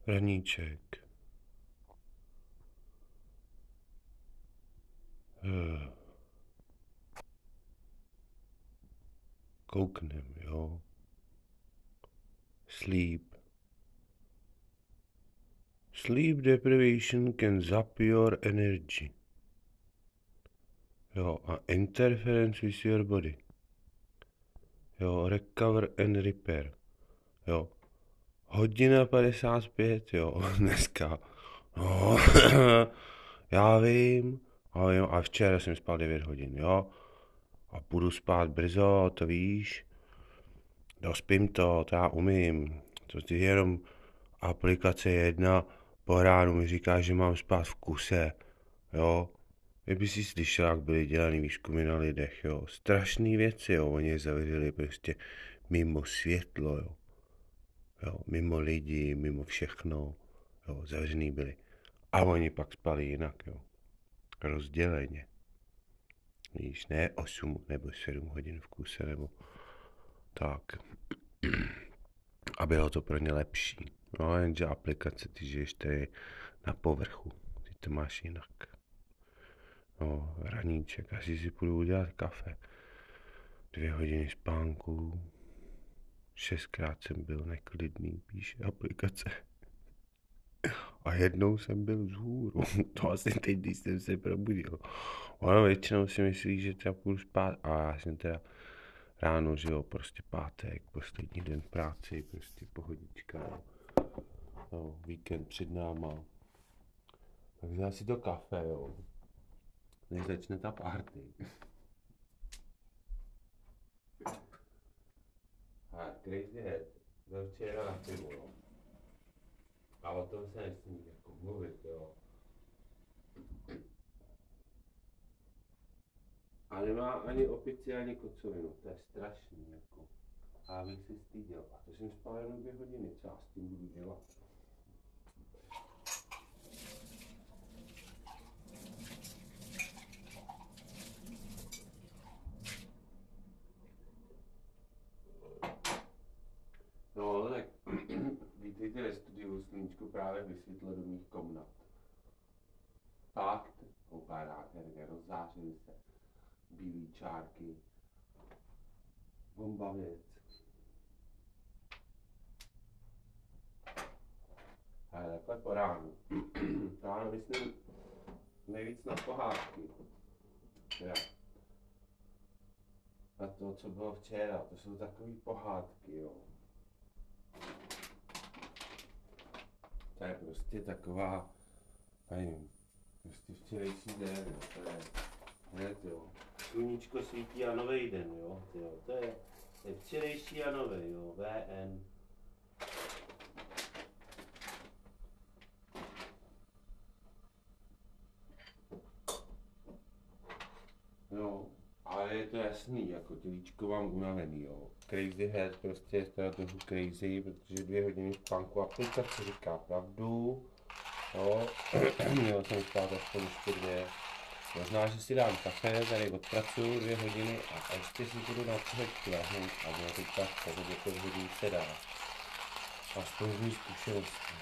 Raníček. Kouknem, jo. Sleep. Sleep deprivation can zap your energy. Jo, a interference with your body. Jo, recover and repair. Jo. 1:55, jo, dneska. No, já vím, a včera jsem spal 9 hodin, jo. A budu spát brzo, to víš. Dospím to já umím. To je jenom aplikace jedna po ránu mi říká, že mám spát v kuse, jo. Kdyby si slyšel, jak byly dělaný výzkumy na lidech, jo. Strašný věci, jo. Oni je zavřeli prostě mimo světlo, jo. Jo, mimo lidi, mimo všechno, jo, zavřený byli. A oni pak spali jinak, jo. Rozděleně. Víš, ne 8 nebo 7 hodin v kuse, nebo tak. A bylo to pro ně lepší. No, jenže aplikace, ty žiješ tady na povrchu. Ty to máš jinak. No, raníček, asi si půjdu udělat kafe. 2 hodiny spánku. 6krát jsem byl neklidný, píše aplikace. A jednou jsem byl vzhůru. To asi teď, když jsem se probudil. Ono většinou si myslí, že třeba půjdu spát. A já jsem teda ráno, že jo, prostě pátek, poslední den v práci, prostě pohodička. No, víkend před náma. Takže já si to kafe, jo. Než začne ta party. A Crazy Head byl včera na pivu, jo. A o tom se nesmí jako mluvit, jo. A nemá ani opici, ani kocovinu, to je strašný, jako. A abych si styděl. A to jsem spal jenom 2 hodiny, co já s tím budu dělat? No, tak vítejte ve studiu, sluníčku právě vysvětlo do mých komnat. Fakt, úplně nádherně, rozzářily se bílý čárky. Bomba věc. Ale takhle po ránu. Ráno myslím nejvíc na pohádky. Teda. A to, co bylo včera, to jsou takové pohádky, jo. To je prostě taková, nevím, prostě včerejší den, jo. To je, hned, jo. Sluníčko svítí a nový den, jo. To je včerejší a nový, jo. VN. No, ale je to jasný, jako tělíčko mám unavený, jo. Crazy Head prostě je teda trochu crazy, protože 2 hodiny spánku aplikace říká pravdu, jo. Měl jsem spát aspoň ještě 2. Možná, že si dám kafe, tady odpracuju 2 hodiny a ještě si budu na třech lehnout a budu teď tak, takže 5 hodin se dá. Aspoň z mých zkušeností.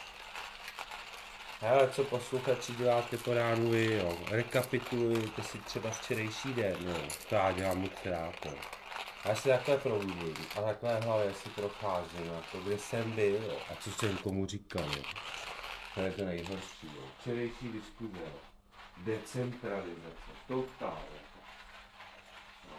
Hele, co posluchači děláte po ránu vy, jo. Rekapitulujete si třeba včerejší den, jo. To já dělám moc rád, jo. A já si takhle proudím a takhle hlavě si procházím, jako kde jsem byl, jo. A co jsem komu říkal, jo. To je to nejhorší, jo. Včerejší diskuze, jo. Decentralizace, totálně. No.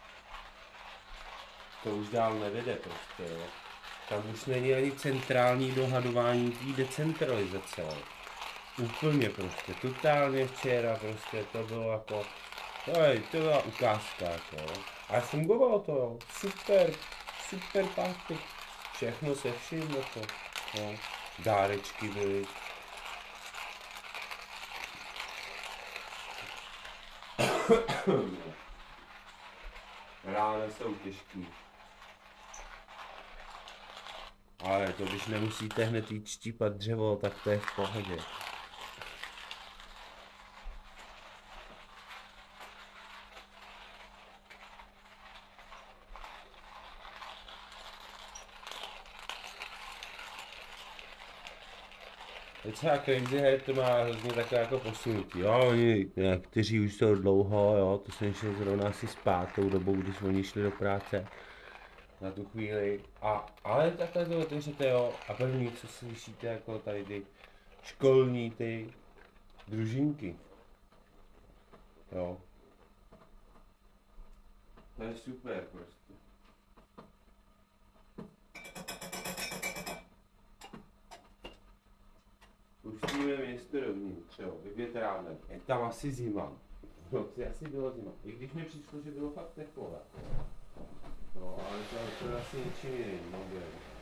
To už dál nevede prostě, jo. Tam už není ani centrální dohadování té decentralizace, jo. Úplně prostě, totálně včera prostě, to bylo jako, to byla ukázka, jako, ale fungovalo to, jo. Super party, všechno se vším, jako, no. Dárečky byly. Rány jsou těžký. Ale to, když nemusíte hned jít štípat dřevo, tak to je v pohodě. Docela Crazy Head to má hrozně takové jako posunutí, jo, oni někteří už jsou dlouho, jo, to jsem šel zrovna asi spát tou dobou, když oni šli do práce na tu chvíli, ale takhle to otevřete, jo, a první, co slyšíte, jako tady ty školní ty družinky, jo, to je super prostě. Pustíme město dovnitř, jo, vyvětráme, je tam asi zima. V noci asi bylo zima, i když mi přišlo, že bylo fakt teplé. No, ale to asi něčím jiným, no,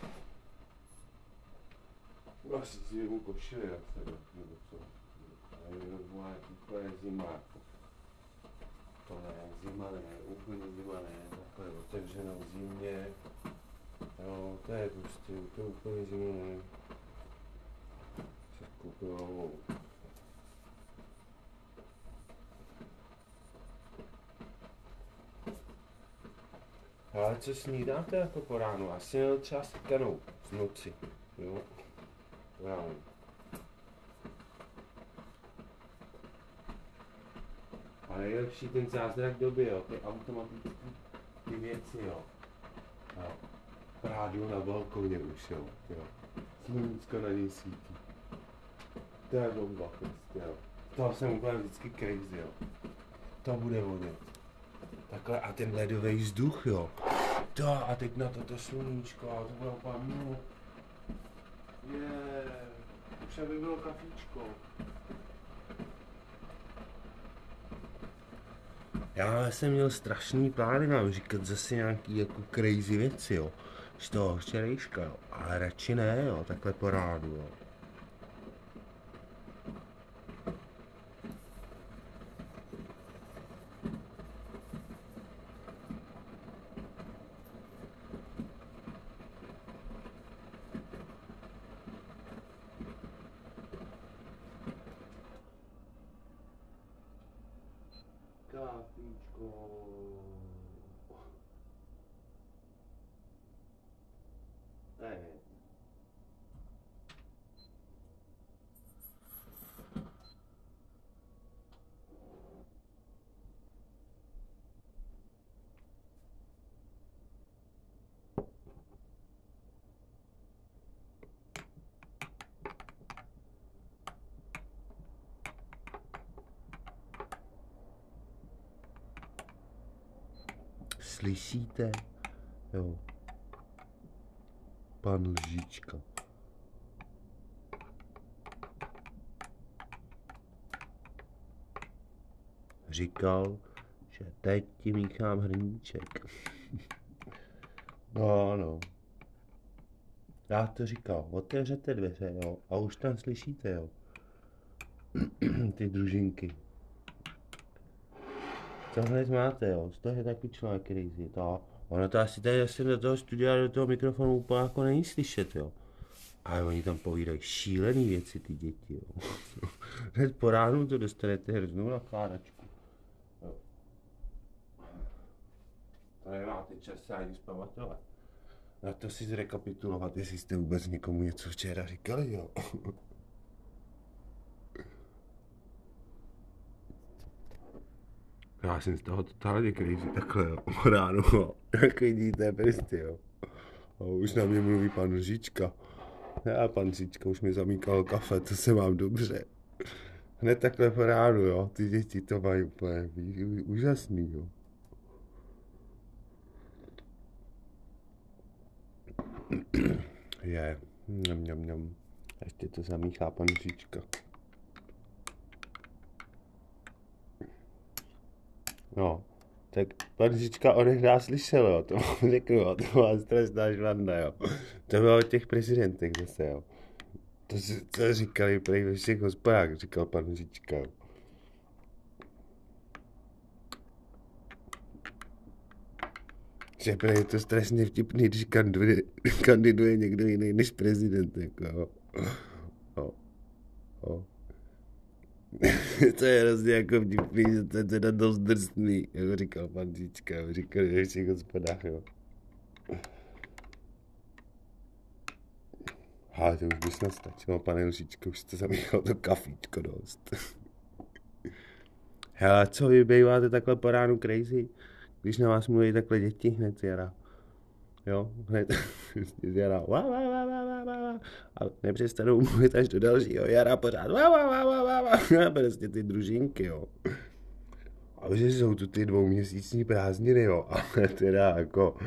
asi si jemu košili na sebe, nebo co. Ale to je zima. To ne, zima ne, úplně zima ne, takhle otevřenou v zimě. Jo, to je prostě, to úplně zima ne. Se koupil novou. Ale co snídáte jako po ránu? Asi měl třeba sekanou v noci, jo, po ránu. A nejlepší ten zázrak doby, jo, ty automatické ty věci, jo. Jo. Rádio na balkoně už, jo. Sluníčko na něj svítí. To je bomba prostě, jo. Toho jsem úplně vždycky crazy, jo. To bude vodět. Takhle a ten ledový vzduch, jo. To a teď na toto sluníčko a to bude úplně už aby bylo kafíčko. Já jsem měl strašný plány vám říkat zase nějaký jako crazy věci, jo. Z toho včerejška, jo. Ale radši ne, jo, takhle po rádu, jo. Kafíčko. To je věc. Slyšíte? Jo. Pan Lžička. Říkal, že teď ti míchám hrníček. No. Já to říkal, otevřete dveře, jo, a už tam slyšíte, jo. Ty družinky. To hned máte, jo, to je takový člověk crazy, to. Ono to asi tady zase do toho studia, do toho mikrofonu úplně jako není slyšet, jo. Ale oni tam povídají šílený věci, ty děti, jo. Hned po ránu to dostanete hroznou nakládačku. Jo. To nemáte čas se ani zpamatovat. Na to si zrekapitulovat, jestli jste vůbec někomu něco včera říkali, jo. Já jsem z toho totálně crazy, takhle, jo, ráno, jo. Jak vidíte, prostě, jo. A už na mě mluví pan Lžička. A pan Lžička už mi zamíkal kafe, to se mám dobře. Hned takhle po ránu, jo, ty děti to mají úplně úžasný, jo. Je, mňam. Ještě to zamíchá pan Lžička. No, tak pan Lžička odehrá slyšel, jo, to vám řeknu, jo, to byla strašná žvanda, jo. To bylo od těch prezidentech zase, jo. To říkali prej ve všech hospodách, říkal pan Lžička, jo. Že je to strašně vtipný, když kandiduje někdo jiný než prezident, jako, jo. To je hrozně jako vtipný, že to je teda dost drsný, jako říkal pan Lžička, říkali ve všech hospodách, jo. Ale to už by snad stačilo, pane Lžičko, už jste zamíchal to kafíčko dost. Hele, co vy býváte takhle po ránu crazy, když na vás mluví takhle děti hned jara. Jo, hned z jara a nepřestanou mluvit až do dalšího jara pořád prostě ty družinky, jo. A že jsou tu ty 2měsíční prázdniny, jo, ale teda jako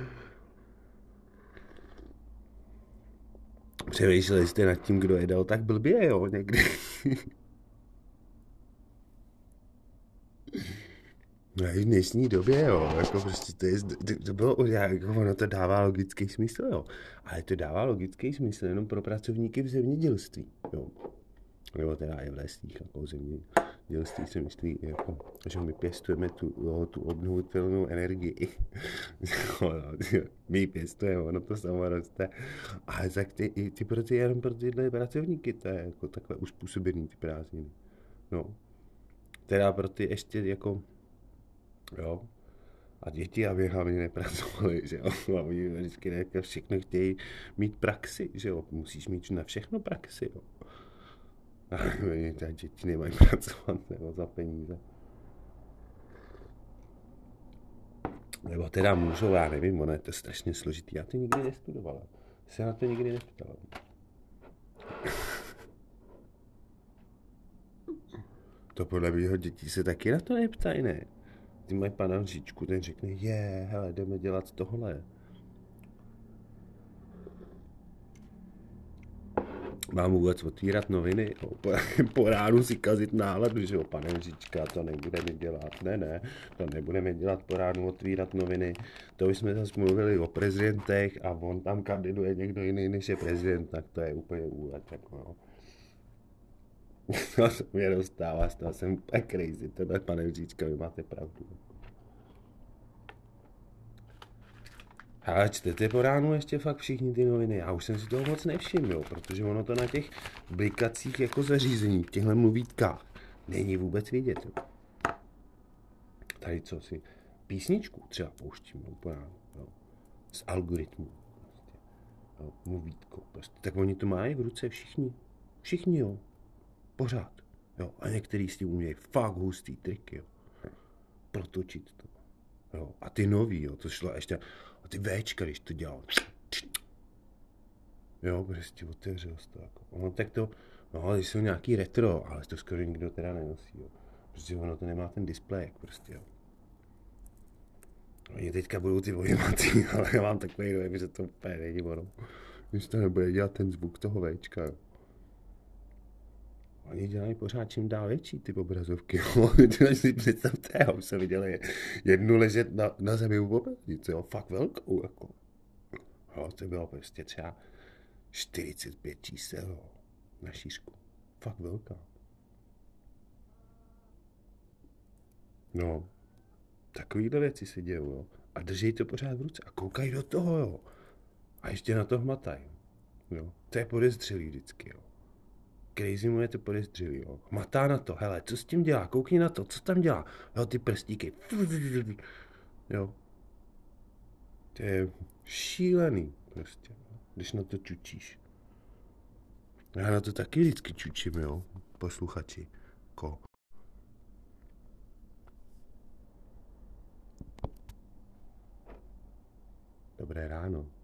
přemýšleli jste nad tím, kdo je dal tak blbě, jo, někdy. No i v dnešní době, jo, jako prostě to bylo, jako ono to dává logický smysl, jo, ale to dává logický smysl jenom pro pracovníky v zemědělství, jo, nebo teda i v lesích, jako zemědělství se myslí, jako, že my pěstujeme tu obnovitelnou energii, my ji pěstujeme, ono to samo roste, ale tak jenom pro tyhle pracovníky, to je jako takhle uspůsobený ty prázdniny, no, teda pro ty ještě jako, jo. A děti, aby hlavně nepracovali, že jo. A oni vždycky všechno chtějí mít praxi, že jo. Musíš mít na všechno praxi, jo. A děti nemají pracovat, nebo za peníze. Nebo teda můžou, já nevím, ono je to strašně složitý. Já to nikdy nestudovala. Se na to nikdy neptala. To podle mého dětí se taky na to neptají, ne? Ty mají pana Lžičku, ten řekne, hele, jdeme dělat tohle. Mám vůbec otvírat noviny, jo. Po ránu si kazit náladu, že jo, pane Lžička, to nebudeme dělat, ne, to nebudeme dělat po ránu otvírat noviny, to už jsme zase mluvili o prezidentech a on tam kandiduje někdo jiný než je prezident, tak to je úplně úlet, jako jo. To se mě dostává, z toho jsem úplně crazy, tohle pane Lžička, vy máte pravdu. Ale čtete po ránu ještě fakt všichni ty noviny, já už jsem si toho moc nevšiml, jo, protože ono to na těch blikacích jako zařízení, v těchhle mluvítkách, není vůbec vidět. Jo. Tady co si, písničku třeba pouštím, jo, po ránu, jo, z algoritmu, prostě, jo, mluvítko, prostě, tak oni to mají v ruce všichni, jo, pořád, jo, a některý s tím umějí fakt hustý triky, jo, protočit to, jo, a ty nový, jo, to šlo ještě, a ty Včka, když to dělal, jo, prostě otevřel to jako. No tak to, no, jsou nějaký retro, ale to skoro nikdo teda nenosí, jo. Protože ono to nemá ten displejek prostě, jo. Oni teďka budou ty ojematý, ale já mám takový dojem, že to úplně není ono. Když to nebude dělat ten zvuk toho Včka, jo. Oni dělají pořád čím dál větší ty obrazovky, jo. Si představte, já už jsem viděl jednu ležet na zemi u popelnice, jo, fakt velkou, jako. Jo, to bylo prostě třeba 45 čísel, jo, na šířku. Fakt velká. No, takovýhle věci se dějou, jo. A drží to pořád v ruce a koukají do toho, jo. A ještě na to hmatají, jo. To je podezřelý vždycky, jo. Crazy mu je to podezřelý, jo. Hmatá na to, hele, co s tím dělá, koukni na to, co tam dělá. Jo, ty prstíky. Jo. To je šílený, prostě, když na to čučíš. Já na to taky vždycky čučím, jo, posluchači. Dobré ráno.